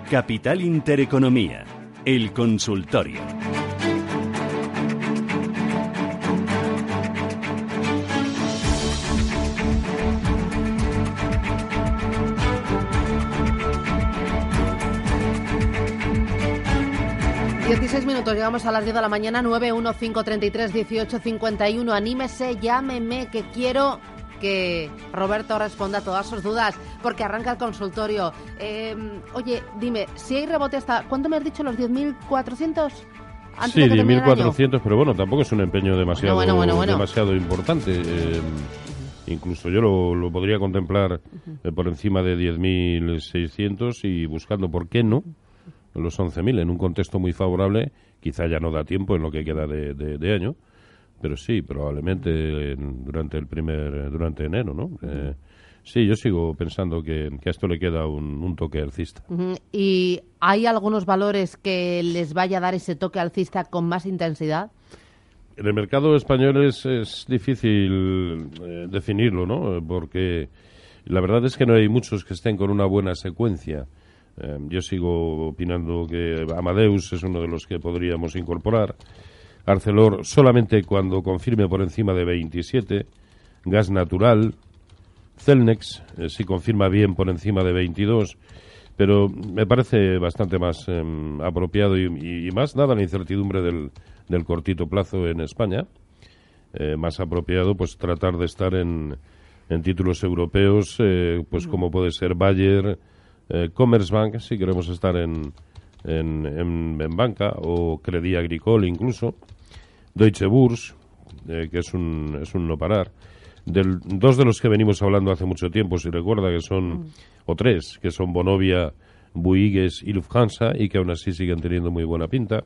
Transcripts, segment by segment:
Capital Intereconomía, el consultorio. Llegamos a las 10 de la mañana, 915331851. Anímese, llámeme, que quiero que Roberto responda a todas sus dudas, porque arranca el consultorio. Oye, dime, si hay rebote hasta... ¿Cuánto me has dicho? ¿Los 10.400? Sí, 10.400, pero bueno, tampoco es un empeño demasiado, demasiado importante. Incluso yo lo podría contemplar por encima de 10.600 y buscando, ¿por qué no?, los 11.000 en un contexto muy favorable. Quizá ya no da tiempo en lo que queda de año, pero sí, probablemente durante enero, ¿no? Sí, yo sigo pensando que a esto le queda un toque alcista. ¿Y hay algunos valores que les vaya a dar ese toque alcista con más intensidad? En el mercado español es difícil definirlo, ¿no? Porque la verdad es que no hay muchos que estén con una buena secuencia. Yo sigo opinando que Amadeus es uno de los que podríamos incorporar. Arcelor solamente cuando confirme por encima de 27. Gas Natural. Celnex si confirma bien por encima de 22. Pero me parece bastante más apropiado y más dada la incertidumbre del cortito plazo en España. Más apropiado pues tratar de estar en títulos europeos, pues como puede ser Bayer, Commerzbank, si queremos estar en banca, o Crédit Agricole incluso, Deutsche Börse, que es un no parar. Dos de los que venimos hablando hace mucho tiempo, si recuerda, que son, o tres, que son Vonovia, Bouygues y Lufthansa, y que aún así siguen teniendo muy buena pinta.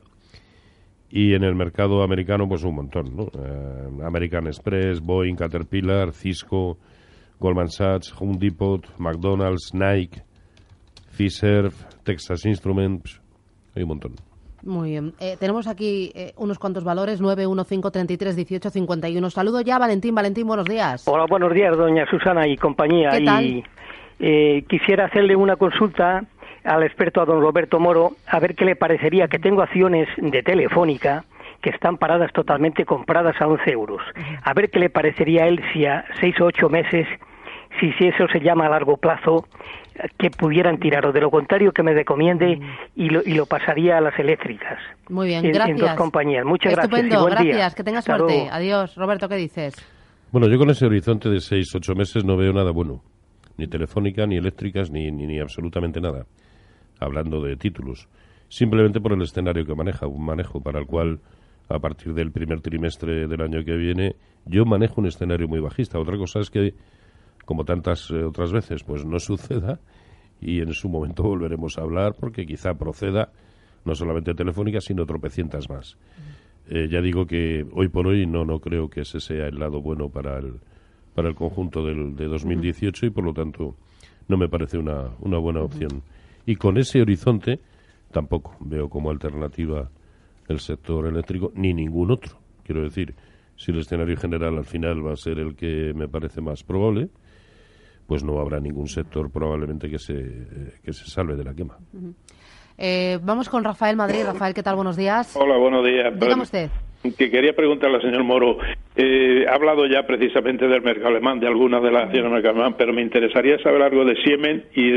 Y en el mercado americano, pues un montón, ¿no? American Express, Boeing, Caterpillar, Cisco, Goldman Sachs, Home Depot, McDonald's, Nike, Fiserv, Texas Instruments, hay un montón. Muy bien. Tenemos aquí unos cuantos valores, 915331851. Saludo ya a Valentín. Valentín, buenos días. Hola, buenos días, doña Susana y compañía. ¿Qué tal? Quisiera hacerle una consulta al experto, a don Roberto Moro, a ver qué le parecería, que tengo acciones de Telefónica que están paradas totalmente, compradas a 11 euros. A ver qué le parecería a él si a 6 o 8 meses, si eso se llama a largo plazo, que pudieran tirar, o de lo contrario que me recomiende y lo pasaría a las eléctricas. Muy bien, gracias. En dos compañías. Muchas Estupendo, gracias y buen gracias, día. que tengas Hasta suerte. luego. Adiós. Roberto, ¿qué dices? Bueno, yo con ese horizonte de 6-8 meses no veo nada bueno. Ni Telefónica, ni eléctricas, ni absolutamente nada. Hablando de títulos. Simplemente por el escenario que maneja. Un manejo para el cual, a partir del primer trimestre del año que viene, yo manejo un escenario muy bajista. Otra cosa es que, como tantas otras veces, pues no suceda, y en su momento volveremos a hablar, porque quizá proceda no solamente Telefónica, sino tropecientas más. Ya digo que hoy por hoy no creo que ese sea el lado bueno para el conjunto de 2018 y por lo tanto no me parece una buena opción. Y con ese horizonte tampoco veo como alternativa el sector eléctrico ni ningún otro. Quiero decir, si el escenario general al final va a ser el que me parece más probable, pues no habrá ningún sector probablemente que se salve de la quema. Vamos con Rafael Madrid. Rafael, ¿qué tal? Buenos días. Hola, buenos días. Dígame usted. Que quería preguntarle al señor Moro, ha hablado ya precisamente del mercado alemán, de algunas de las acciones del mercado alemán, pero me interesaría saber algo de Siemens y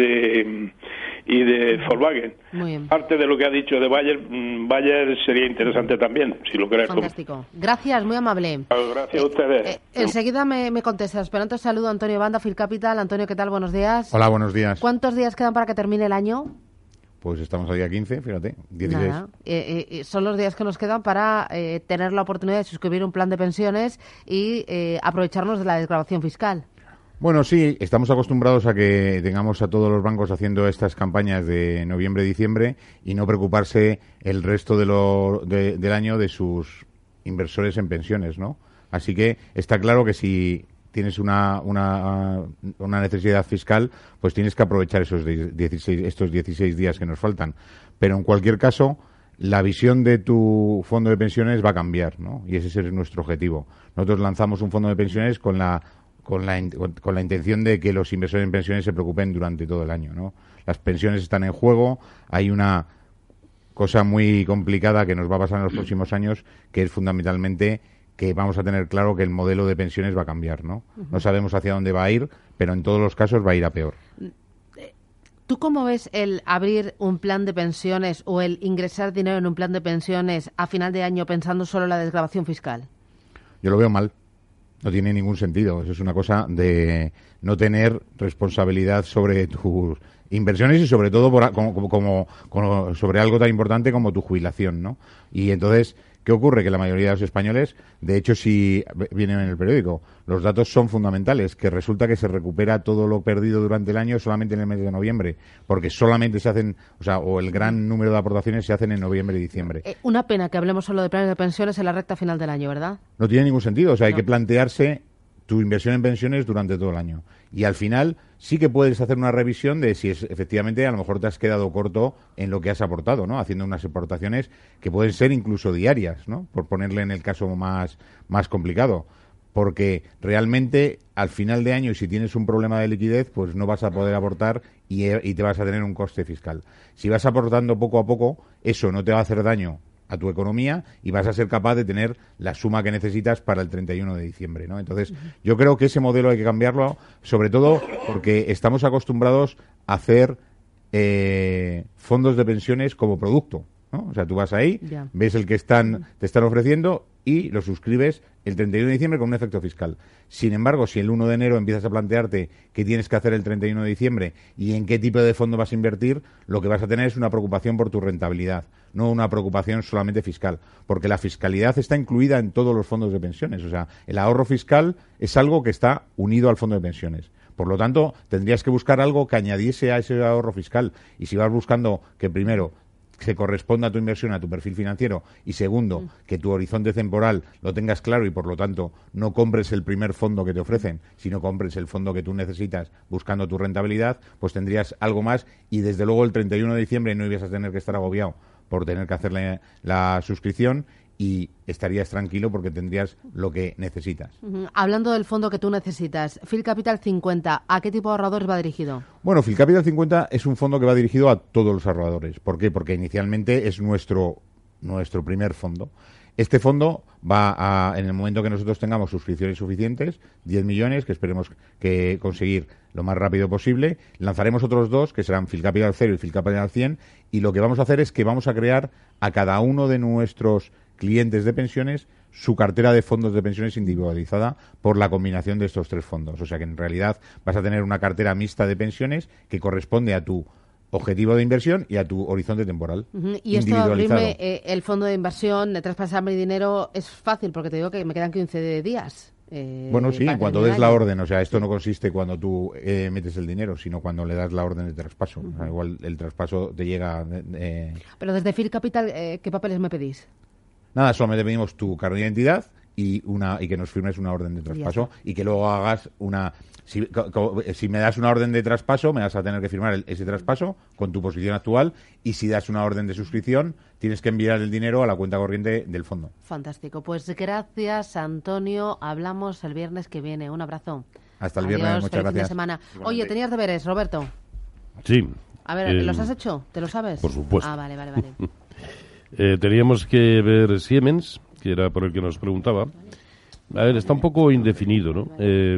de Volkswagen. Muy bien. Parte de lo que ha dicho de Bayer sería interesante también, si lo crees. Fantástico. Gracias, muy amable. Gracias a ustedes. Enseguida me contestas, pero antes saludo a Antonio Banda, Phil Capital. Antonio, ¿qué tal? Buenos días. Hola, buenos días. ¿Cuántos días quedan para que termine el año? Pues estamos al día 15, fíjate, 16. Nada. Son los días que nos quedan para tener la oportunidad de suscribir un plan de pensiones y aprovecharnos de la desgravación fiscal. Bueno, sí, estamos acostumbrados a que tengamos a todos los bancos haciendo estas campañas de noviembre-diciembre y no preocuparse el resto del año de sus inversores en pensiones, ¿no? Así que está claro que si tienes una necesidad fiscal, pues tienes que aprovechar estos 16 días que nos faltan. Pero en cualquier caso, la visión de tu fondo de pensiones va a cambiar, ¿no? Y ese es nuestro objetivo. Nosotros lanzamos un fondo de pensiones con la con la intención de que los inversores en pensiones se preocupen durante todo el año, ¿no? Las pensiones están en juego, hay una cosa muy complicada que nos va a pasar en los próximos años, que es fundamentalmente que vamos a tener claro que el modelo de pensiones va a cambiar, ¿no? No sabemos hacia dónde va a ir, pero en todos los casos va a ir a peor. ¿Tú cómo ves el abrir un plan de pensiones o el ingresar dinero en un plan de pensiones a final de año pensando solo en la desgravación fiscal? Yo lo veo mal. No tiene ningún sentido. Eso es una cosa de no tener responsabilidad sobre tus inversiones y sobre todo sobre algo tan importante como tu jubilación, ¿no? Y entonces, ¿qué ocurre? Que la mayoría de los españoles, de hecho, si viene en el periódico, los datos son fundamentales, que resulta que se recupera todo lo perdido durante el año solamente en el mes de noviembre, porque solamente se hacen, o el gran número de aportaciones se hacen en noviembre y diciembre. Una pena que hablemos solo de planes de pensiones en la recta final del año, ¿verdad? No tiene ningún sentido, hay que plantearse tu inversión en pensiones durante todo el año. Y al final sí que puedes hacer una revisión de si efectivamente a lo mejor te has quedado corto en lo que has aportado, ¿no? Haciendo unas aportaciones que pueden ser incluso diarias, ¿no? Por ponerle en el caso más complicado. Porque realmente al final de año, y si tienes un problema de liquidez, pues no vas a poder aportar y te vas a tener un coste fiscal. Si vas aportando poco a poco, eso no te va a hacer daño a tu economía y vas a ser capaz de tener la suma que necesitas para el 31 de diciembre, ¿no? Entonces, yo creo que ese modelo hay que cambiarlo, sobre todo porque estamos acostumbrados a hacer fondos de pensiones como producto, ¿no? O sea, tú vas ahí, ves el que te están ofreciendo y lo suscribes el 31 de diciembre con un efecto fiscal. Sin embargo, si el 1 de enero empiezas a plantearte qué tienes que hacer el 31 de diciembre y en qué tipo de fondo vas a invertir, lo que vas a tener es una preocupación por tu rentabilidad, no una preocupación solamente fiscal, porque la fiscalidad está incluida en todos los fondos de pensiones. O sea, el ahorro fiscal es algo que está unido al fondo de pensiones. Por lo tanto, tendrías que buscar algo que añadiese a ese ahorro fiscal. Y si vas buscando que primero se corresponda a tu inversión, a tu perfil financiero, y segundo, que tu horizonte temporal lo tengas claro y, por lo tanto, no compres el primer fondo que te ofrecen, sino compres el fondo que tú necesitas buscando tu rentabilidad, pues tendrías algo más y, desde luego, el 31 de diciembre no ibas a tener que estar agobiado por tener que hacerle la suscripción y estarías tranquilo porque tendrías lo que necesitas. Hablando del fondo que tú necesitas, Phil Capital 50, ¿a qué tipo de ahorradores va dirigido? Bueno, Phil Capital 50 es un fondo que va dirigido a todos los ahorradores. ¿Por qué? Porque inicialmente es nuestro primer fondo. Este fondo va en el momento que nosotros tengamos suscripciones suficientes, 10 millones, que esperemos que conseguir lo más rápido posible, lanzaremos otros dos, que serán Phil Capital 0 y Phil Capital 100, y lo que vamos a hacer es que vamos a crear a cada uno de nuestros clientes de pensiones su cartera de fondos de pensiones individualizada por la combinación de estos tres fondos. O sea que en realidad vas a tener una cartera mixta de pensiones que corresponde a tu objetivo de inversión y a tu horizonte temporal. Y esto de abrirme el fondo de inversión, de traspasarme el dinero, es fácil porque te digo que me quedan 15 días. Bueno, sí, en cuanto des la orden. O sea, esto no consiste cuando tú metes el dinero, sino cuando le das la orden de traspaso. O sea, igual el traspaso te llega... Pero desde Phil Capital, ¿qué papeles me pedís? Nada, solamente pedimos tu carnet de identidad y que nos firmes una orden de traspaso y que luego hagas una... Si me das una orden de traspaso, me vas a tener que firmar ese traspaso con tu posición actual, y si das una orden de suscripción, tienes que enviar el dinero a la cuenta corriente del fondo. Fantástico. Pues gracias, Antonio. Hablamos el viernes que viene. Un abrazo. Hasta el viernes. Muchas gracias. Fin de semana. Oye, tenías deberes, Roberto. Sí. A ver, ¿los has hecho? ¿Te lo sabes? Por supuesto. Ah, vale. Teníamos que ver Siemens, que era por el que nos preguntaba. A ver, está un poco indefinido, ¿no?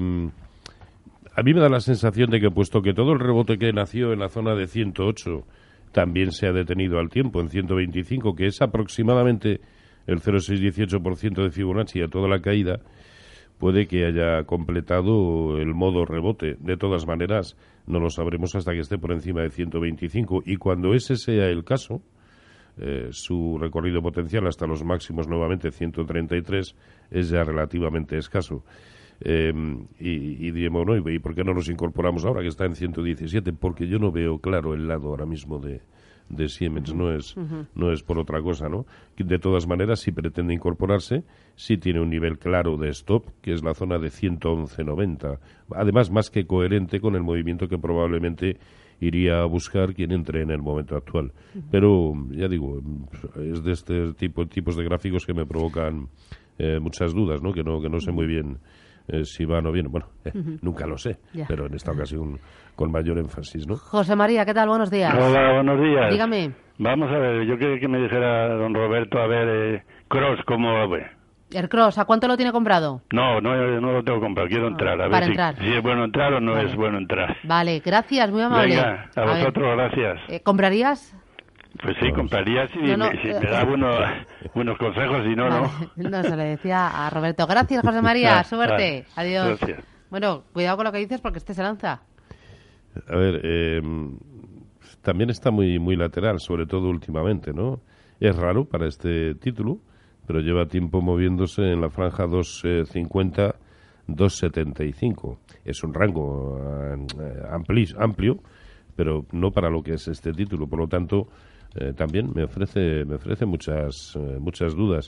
A mí me da la sensación de que, puesto que todo el rebote que nació en la zona de 108 también se ha detenido al tiempo en 125, que es aproximadamente el 0,618% de Fibonacci a toda la caída, puede que haya completado el modo rebote. De todas maneras, no lo sabremos hasta que esté por encima de 125. Y cuando ese sea el caso, su recorrido potencial hasta los máximos nuevamente 133 es ya relativamente escaso. Y diremos, bueno, ¿y por qué no nos incorporamos ahora que está en 117? Porque yo no veo claro el lado ahora mismo de Siemens, no es por otra cosa, ¿no? De todas maneras, si pretende incorporarse, sí tiene un nivel claro de stop, que es la zona de 111.90. Además, más que coherente con el movimiento que probablemente iría a buscar quien entre en el momento actual. Pero, ya digo, es de este tipos de gráficos que me provocan muchas dudas, ¿no? Que no sé muy bien si van o bien. Bueno, nunca lo sé, pero en esta ocasión con mayor énfasis, ¿no? José María, ¿qué tal? Buenos días. Hola, buenos días. Dígame. Vamos a ver, yo quería que me dijera don Roberto, a ver, Cross, ¿cómo lo ve? El Cross, ¿a cuánto lo tiene comprado? No lo tengo comprado, quiero entrar, a ver si es bueno entrar o no es bueno entrar. Vale, gracias, muy amable. Venga, a vosotros, gracias. ¿Comprarías? Pues sí, compraría si me da buenos consejos, si no, vale. No, se le decía a Roberto. Gracias, José María, suerte. Adiós. Gracias. Bueno, cuidado con lo que dices porque este se lanza. A ver, también está muy lateral, sobre todo últimamente, ¿no? Es raro para este título, pero lleva tiempo moviéndose en la franja 2.50, 2.75. Es un rango amplio, pero no para lo que es este título. Por lo tanto, también me ofrece muchas dudas.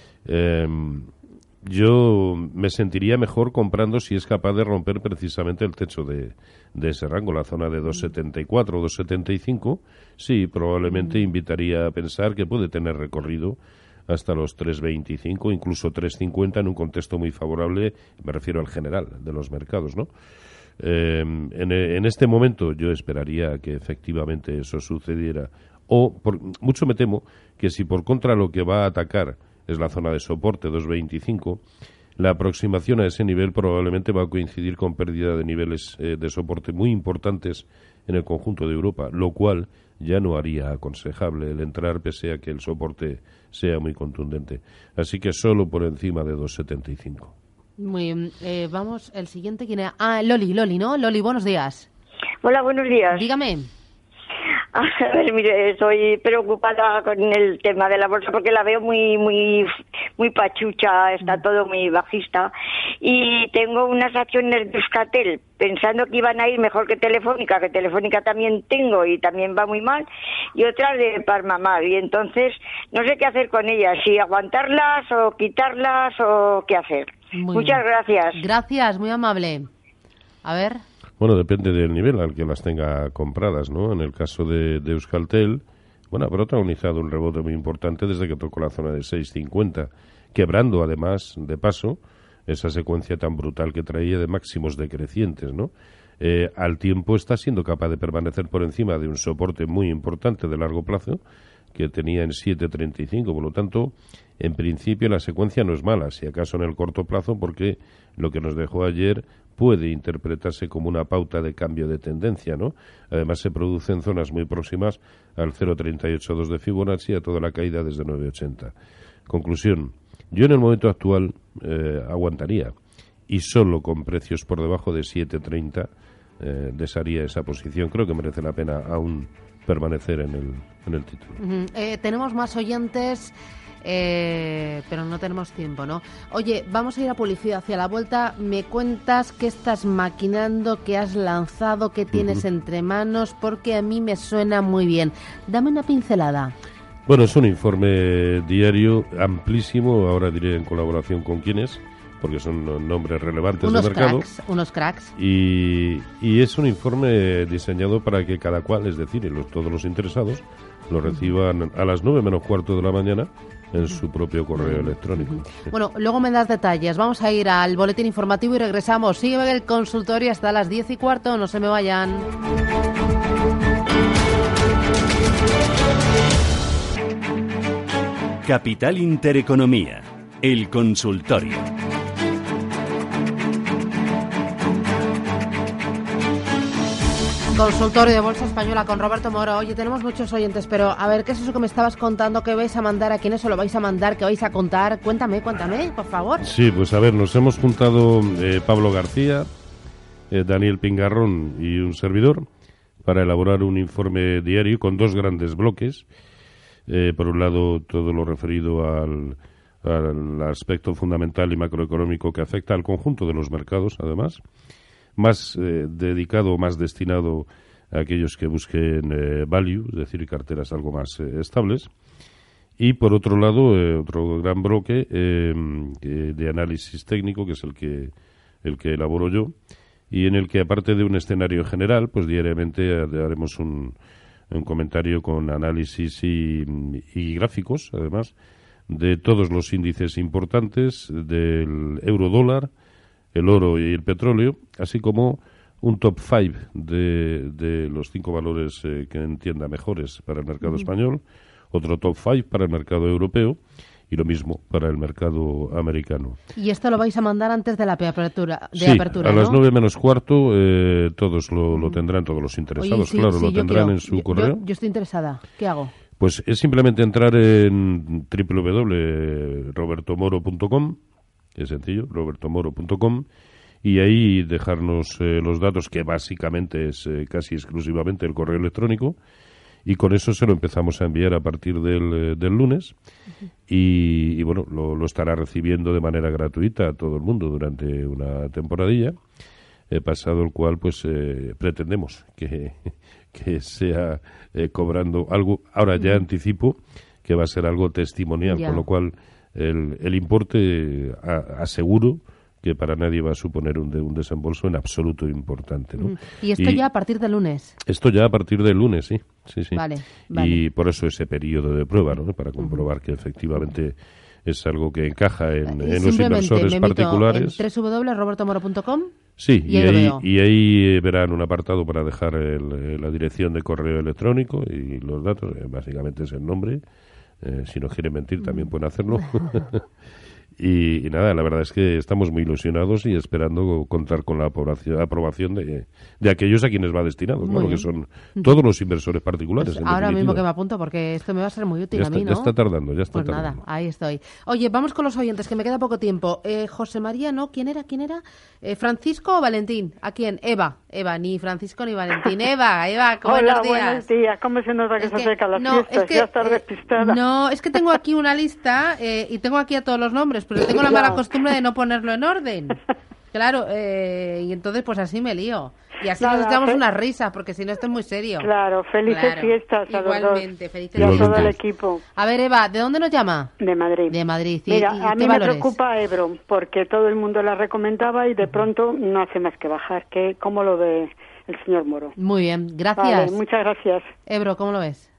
Yo me sentiría mejor comprando si es capaz de romper precisamente el techo de ese rango, la zona de 2.74 o 2.75. Sí, probablemente invitaría a pensar que puede tener recorrido hasta los 3.25, incluso 3.50 en un contexto muy favorable, me refiero al general de los mercados, ¿no? En este momento yo esperaría que efectivamente eso sucediera, mucho me temo que si por contra lo que va a atacar es la zona de soporte 2.25, la aproximación a ese nivel probablemente va a coincidir con pérdida de niveles de soporte muy importantes en el conjunto de Europa, lo cual ya no haría aconsejable el entrar pese a que el soporte sea muy contundente. Así que solo por encima de 2.75. Muy bien. Vamos, el siguiente, ¿quién es? Loli, ¿no? Loli, buenos días. Hola, buenos días. Dígame. A ver, mire, estoy preocupada con el tema de la bolsa porque la veo muy pachucha, está todo muy bajista. Y tengo unas acciones de Euskaltel pensando que iban a ir mejor que Telefónica también tengo y también va muy mal, y otras de Parmamal. Y entonces no sé qué hacer con ellas, si aguantarlas o quitarlas o qué hacer. Muchas gracias. Gracias, muy amable. A ver. Bueno, depende del nivel al que las tenga compradas, ¿no? En el caso de Euskaltel, bueno, ha protagonizado un rebote muy importante desde que tocó la zona de 6.50, quebrando además, de paso, esa secuencia tan brutal que traía de máximos decrecientes, ¿no? Al tiempo está siendo capaz de permanecer por encima de un soporte muy importante de largo plazo que tenía en 7.35, por lo tanto, en principio la secuencia no es mala, si acaso en el corto plazo, porque lo que nos dejó ayer puede interpretarse como una pauta de cambio de tendencia, ¿no? Además se produce en zonas muy próximas al 0.382 de Fibonacci, a toda la caída desde 9.80. Conclusión, yo en el momento actual aguantaría, y solo con precios por debajo de 7.30 desharía esa posición. Creo que merece la pena aún permanecer en el título. Tenemos más oyentes, pero no tenemos tiempo, ¿no? Oye, vamos a ir a publicidad. Hacia la vuelta me cuentas qué estás maquinando, qué has lanzado, qué tienes entre manos, porque a mí me suena muy bien. Dame una pincelada. Bueno, es un informe diario amplísimo, ahora diré en colaboración con quienes, porque son nombres relevantes del mercado. Unos cracks. Y es un informe diseñado para que cada cual, es decir, todos los interesados, lo reciban a las 9 menos cuarto de la mañana en su propio correo electrónico. Bueno, luego me das detalles. Vamos a ir al boletín informativo y regresamos. Sigue el consultorio hasta las 10:15, no se me vayan. Capital Intereconomía, el consultorio. Consultorio de Bolsa Española con Roberto Moro. Oye, tenemos muchos oyentes, pero a ver, ¿qué es eso que me estabas contando? ¿Qué vais a mandar? ¿A quiénes se lo vais a mandar? ¿Qué vais a contar? Cuéntame, por favor. Sí, pues a ver, nos hemos juntado Pablo García, Daniel Pingarrón y un servidor para elaborar un informe diario con dos grandes bloques. Por un lado, todo lo referido al aspecto fundamental y macroeconómico que afecta al conjunto de los mercados, además, más dedicado, más destinado a aquellos que busquen value, es decir, carteras algo más estables. Y por otro lado, otro gran bloque de análisis técnico, que es el que elaboro yo, y en el que, aparte de un escenario general, pues diariamente haremos un comentario con análisis y gráficos, además, de todos los índices importantes, del euro-dólar, el oro y el petróleo, así como un top 5 de los 5 valores que entienda mejores para el mercado español, otro top 5 para el mercado europeo y lo mismo para el mercado americano. Y esto lo vais a mandar antes de la apertura, Sí, apertura, a ¿no? las 9 menos cuarto todos lo tendrán, todos los interesados, Oye, claro, lo tendrán en su correo. Yo estoy interesada. ¿Qué hago? Pues es simplemente entrar en www.robertomoro.com, es sencillo, robertomoro.com, y ahí dejarnos los datos, que básicamente es casi exclusivamente el correo electrónico, y con eso se lo empezamos a enviar a partir del lunes, y bueno, lo estará recibiendo de manera gratuita a todo el mundo durante una temporadilla, pasado el cual pues pretendemos que sea cobrando algo. Ahora ya anticipo que va a ser algo testimonial, Ya. con lo cual el importe aseguro que para nadie va a suponer un desembolso en absoluto importante, ¿no? Y esto ya a partir del lunes. Esto ya a partir del lunes, sí. Vale. Y por eso ese periodo de prueba, ¿no? Para comprobar que efectivamente es algo que encaja en los inversores particulares. En www.robertomoro.com. Sí, y ahí lo veo. ahí verán un apartado para dejar la dirección de correo electrónico y los datos, básicamente es el nombre. Si no quieren mentir también pueden hacerlo. Y nada, la verdad es que estamos muy ilusionados y esperando contar con la aprobación de aquellos a quienes va destinado, claro, que son todos los inversores particulares. Pues en ahora mismo definitiva. que me apunto, porque esto me va a ser muy útil Ya a mí, está, ¿no? ya está tardando, ya está Pues tardando. nada, ahí estoy. Oye, vamos con los oyentes, que me queda poco tiempo. José María, ¿no? ¿Quién era? ¿Francisco o Valentín? ¿A quién? Eva, ni Francisco ni Valentín. Eva, Hola, buenos días. buenos días. ¿Cómo se nota que Es se que- acercan las no, fiestas? es que, Ya estás despistada. No, es que tengo aquí una lista y tengo aquí a todos los nombres, pero tengo la mala costumbre de no ponerlo en orden. Claro, y entonces pues así me lío. Y así Nada, nos echamos unas risas, porque si no esto es muy serio. Claro, felices Claro. fiestas a los dos. Igualmente, felices Y a todo Igualmente. el equipo A ver, Eva, ¿de dónde nos llama? de Madrid. De Madrid. Mira, ¿Y a qué mí me valores? preocupa Ebro, porque todo el mundo la recomendaba y de pronto no hace más que bajar. ¿Cómo lo ve el señor Moro? Muy bien, gracias. Vale, muchas gracias. Ebro, ¿cómo lo ves?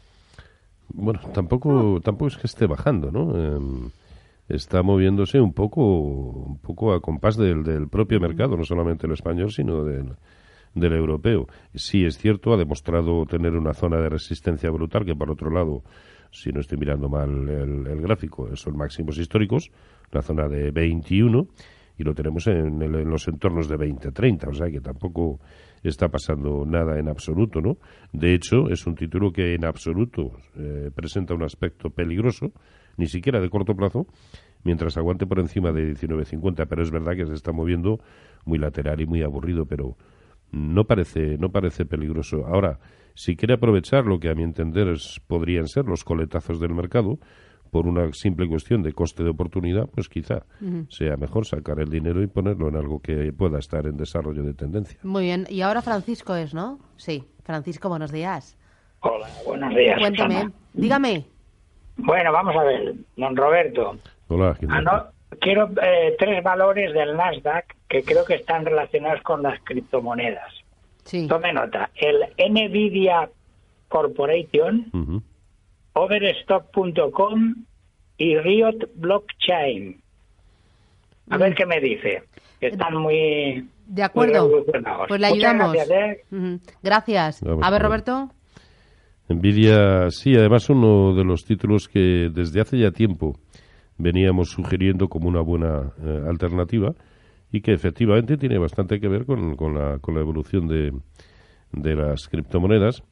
Bueno, tampoco es que esté bajando, ¿no? Está moviéndose un poco a compás del propio mercado, no solamente el español, sino del europeo. Sí, es cierto, ha demostrado tener una zona de resistencia brutal, que por otro lado, si no estoy mirando mal el gráfico, son máximos históricos, la zona de 21, y lo tenemos en los entornos de 20-30, o sea que tampoco está pasando nada en absoluto, ¿no? De hecho, es un título que en absoluto presenta un aspecto peligroso, ni siquiera de corto plazo, mientras aguante por encima de 19.50, pero es verdad que se está moviendo muy lateral y muy aburrido, pero no parece peligroso. Ahora, si quiere aprovechar lo que a mi entender podrían ser los coletazos del mercado, por una simple cuestión de coste de oportunidad, pues quizá sea mejor sacar el dinero y ponerlo en algo que pueda estar en desarrollo de tendencia. Muy bien, y ahora Francisco es, ¿no? Sí, Francisco, buenos días. Hola, buenos días. Cuéntame, Susana. dígame. Bueno, vamos a ver, don Roberto. Hola, Gilberto. Quiero 3 valores del Nasdaq que creo que están relacionados con las criptomonedas. Sí. Tome nota. El Nvidia Corporation, Ujú. Overstock.com y Riot Blockchain. A ver qué me dice. Están muy... De acuerdo, muy revolucionados. pues le Muchas ayudamos. gracias, Ujú. Gracias. Vamos A ver, a ver. Roberto. Nvidia, sí, además uno de los títulos que desde hace ya tiempo veníamos sugiriendo como una buena alternativa y que efectivamente tiene bastante que ver con la evolución de las criptomonedas.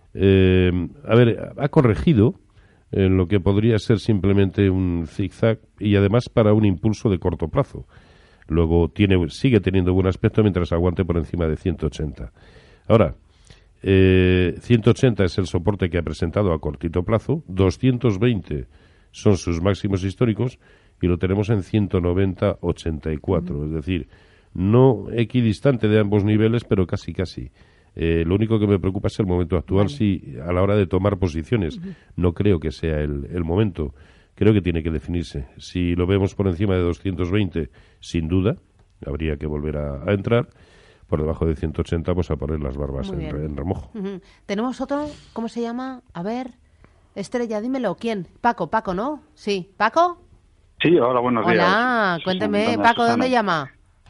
A ver, ha corregido en lo que podría ser simplemente un zigzag y además para un impulso de corto plazo. Luego sigue teniendo buen aspecto mientras aguante por encima de 180. Ahora, 180 es el soporte que ha presentado a cortito plazo, 220 son sus máximos históricos y lo tenemos en 190,84, es decir, no equidistante de ambos niveles, pero casi. Lo único que me preocupa es el momento actual, si a la hora de tomar posiciones. No creo que sea el momento, creo que tiene que definirse. Si lo vemos por encima de 220, sin duda, habría que volver a entrar. Por debajo de 180, pues a poner las barbas Muy bien. en remojo. Ujú. Tenemos otro, ¿cómo se llama? A ver, Estrella, dímelo. ¿Quién? Paco, ¿no? Sí. ¿Paco? Sí, hola, buenos días. Hola, cuénteme. Susana, Paco, ¿de Susana. dónde llama?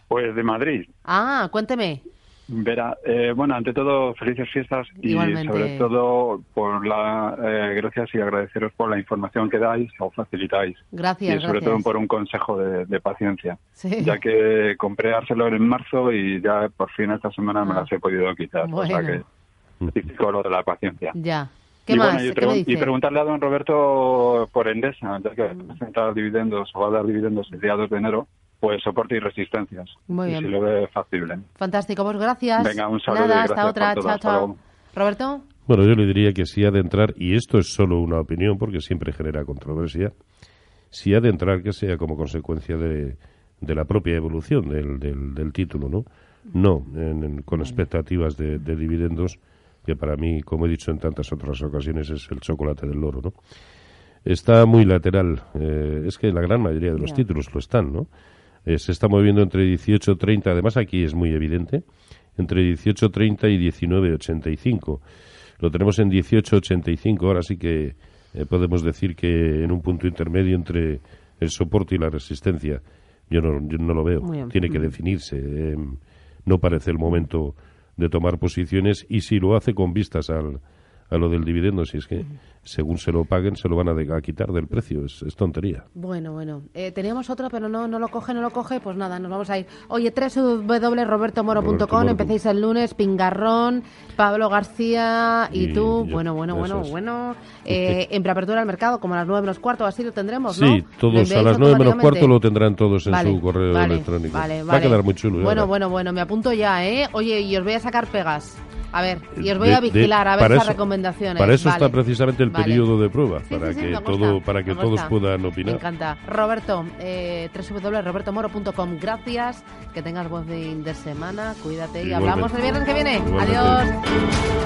Pues de Madrid. Ah, cuénteme. Verá, bueno, ante todo, felices fiestas y Igualmente. sobre todo por gracias y agradeceros por la información que dais o facilitáis. Gracias, y sobre gracias. todo por un consejo de paciencia, Sí. ya que compré Arcelor en marzo y ya por fin esta semana me las he podido quitar. O sea Bueno. que típico lo de la paciencia. Ya. ¿Qué Y más? bueno, ¿Qué me dice? y preguntarle a don Roberto por Endesa, ya que va a presentar dividendos o va a dar dividendos el día 2 de enero, pues soporte y resistencias. Muy y bien. si lo ve factible. Fantástico, pues gracias. Venga, un saludo y Nada, gracias hasta otra. por todo. Chao, Hasta chao. luego. Roberto. Bueno, yo le diría que si ha de entrar, y esto es solo una opinión porque siempre genera controversia, si ha de entrar que sea como consecuencia de la propia evolución del título, ¿no? No con expectativas de dividendos, que para mí, como he dicho en tantas otras ocasiones, es el chocolate del loro, ¿no? Está muy lateral, es que la gran mayoría de los títulos lo están, ¿no? Se está moviendo entre 18.30, además aquí es muy evidente, entre 18.30 y 19.85. Lo tenemos en 18.85, ahora sí que podemos decir que en un punto intermedio entre el soporte y la resistencia. Yo no lo veo, tiene que definirse. No parece el momento de tomar posiciones y si lo hace con vistas a lo del dividendo, si es que según se lo paguen se lo van a quitar del precio, es tontería. Bueno. Teníamos otro, pero no lo coge, pues nada, nos vamos a ir. Oye, www.robertomoro.com, empecéis el lunes, Pingarrón, Pablo García y tú, bueno. En preapertura del mercado, como a las 9 menos cuarto, así lo tendremos, ¿no? Sí, todos a las 9 menos cuarto lo tendrán todos en su correo electrónico. Va a quedar muy chulo. Bueno, me apunto ya, ¿eh? Oye, y os voy a sacar pegas. A ver, y os voy a vigilar a ver esas recomendaciones. Para eso está precisamente el periodo de prueba, Sí, para que todos puedan opinar. Me encanta. Roberto, www.robertomoro.com. Gracias, que tengas buen fin de semana, cuídate y Igualmente. hablamos el viernes que viene. Igualmente. Adiós.